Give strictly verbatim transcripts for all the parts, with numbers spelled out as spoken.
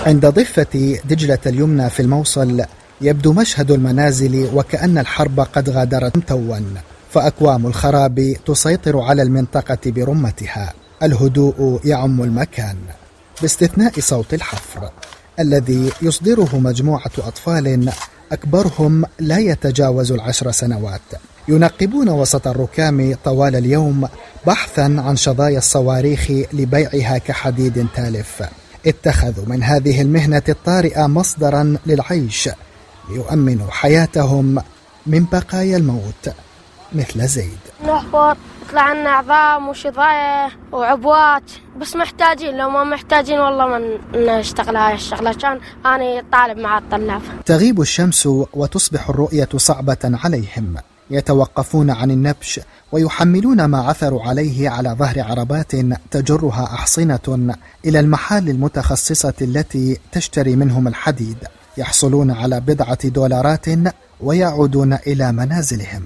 عند ضفة دجلة اليمنى في الموصل يبدو مشهد المنازل وكأن الحرب قد غادرت متوا، فأكوام الخراب تسيطر على المنطقة برمتها. الهدوء يعم المكان باستثناء صوت الحفر الذي يصدره مجموعة أطفال أكبرهم لا يتجاوز العشر سنوات، ينقبون وسط الركام طوال اليوم بحثا عن شظايا الصواريخ لبيعها كحديد تالف. اتخذوا من هذه المهنة الطارئة مصدرا للعيش ليؤمنوا حياتهم من بقايا الموت، مثل زيد. نحفر يطلع لنا عظام وشظايا وعبوات، بس محتاجين، لو ما محتاجين والله ما نشتغل هاي الشغلة، كان أنا طالب مع الطلاب. تغيب الشمس وتصبح الرؤية صعبة عليهم، يتوقفون عن النبش ويحملون ما عثروا عليه على ظهر عربات تجرها أحصنة إلى المحال المتخصصة التي تشتري منهم الحديد، يحصلون على بضعة دولارات ويعودون إلى منازلهم.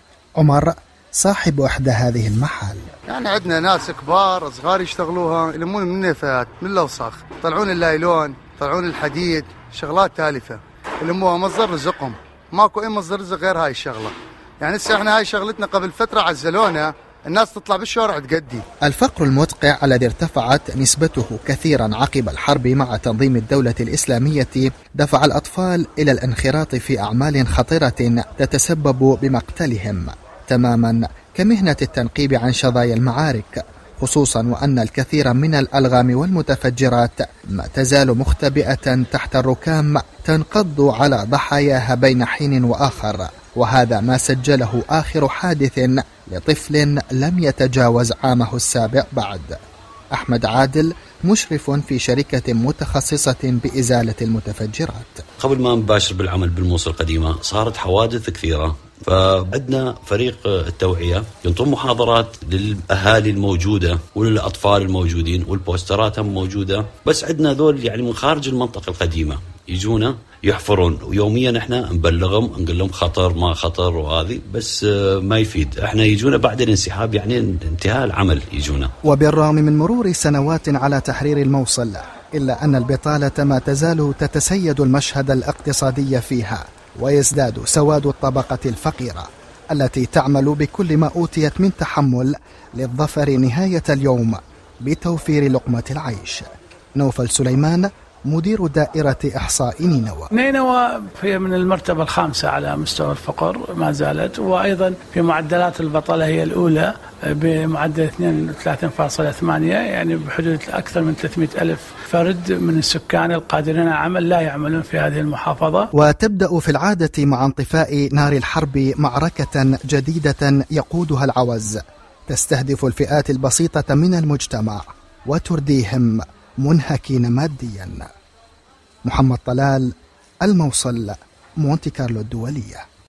عمر صاحب إحدى هذه المحال. يعني عندنا ناس كبار صغار يشتغلوها، يلمون من النفايات من الأوساخ، يطلعون اللايلون، يطلعون الحديد، شغلات تالفة يلموها، مصدر رزقهم، ماكو أي مصدر رزق غير هاي الشغلة. يعني هسه احنا هاي شغلتنا قبل فترة عزلونا، الناس تطلع بالشوارع تقدي. الفقر المدقع الذي ارتفعت نسبته كثيرا عقب الحرب مع تنظيم الدولة الإسلامية دفع الأطفال إلى الانخراط في أعمال خطيرة تتسبب بمقتلهم، تماما كمهنة التنقيب عن شظايا المعارك، خصوصا وأن الكثير من الألغام والمتفجرات ما تزال مختبئة تحت الركام تنقض على ضحاياها بين حين وآخر. وهذا ما سجله آخر حادث لطفل لم يتجاوز عامه السابع بعد. أحمد عادل مشرف في شركة متخصصة بإزالة المتفجرات. قبل ما نباشر بالعمل بالموصل القديمة صارت حوادث كثيرة، فعندنا فريق التوعية ينطون محاضرات للأهالي الموجودة وللأطفال الموجودين، والبوسترات هم موجودة، بس عندنا ذول يعني من خارج المنطقة القديمة يجونا يحفرون، ويوميا احنا نبلغهم نقول لهم خطر ما خطر وهذه، بس ما يفيد، احنا يجونا بعد الانسحاب يعني انتهاء العمل يجونا. وبالرغم من مرور سنوات على تحرير الموصل، إلا أن البطالة ما تزال تتسيد المشهد الاقتصادي فيها، ويزداد سواد الطبقة الفقيرة التي تعمل بكل ما أوتيت من تحمل للظفر نهاية اليوم بتوفير لقمة العيش. نوفل سليمان مدير دائرة إحصاء نينوى. نينوى هي من المرتبة الخامسة على مستوى الفقر ما زالت، وأيضا في معدلات البطالة هي الأولى بمعدل اثنين وثلاثين فاصلة ثمانية، يعني بحدود أكثر من ثلاثمئة ألف فرد من السكان القادرين على العمل لا يعملون في هذه المحافظة. وتبدأ في العادة مع انطفاء نار الحرب معركة جديدة يقودها العوز، تستهدف الفئات البسيطة من المجتمع وترديهم منهكين ماديا. محمد طلال، الموصل، مونتي كارلو الدولية.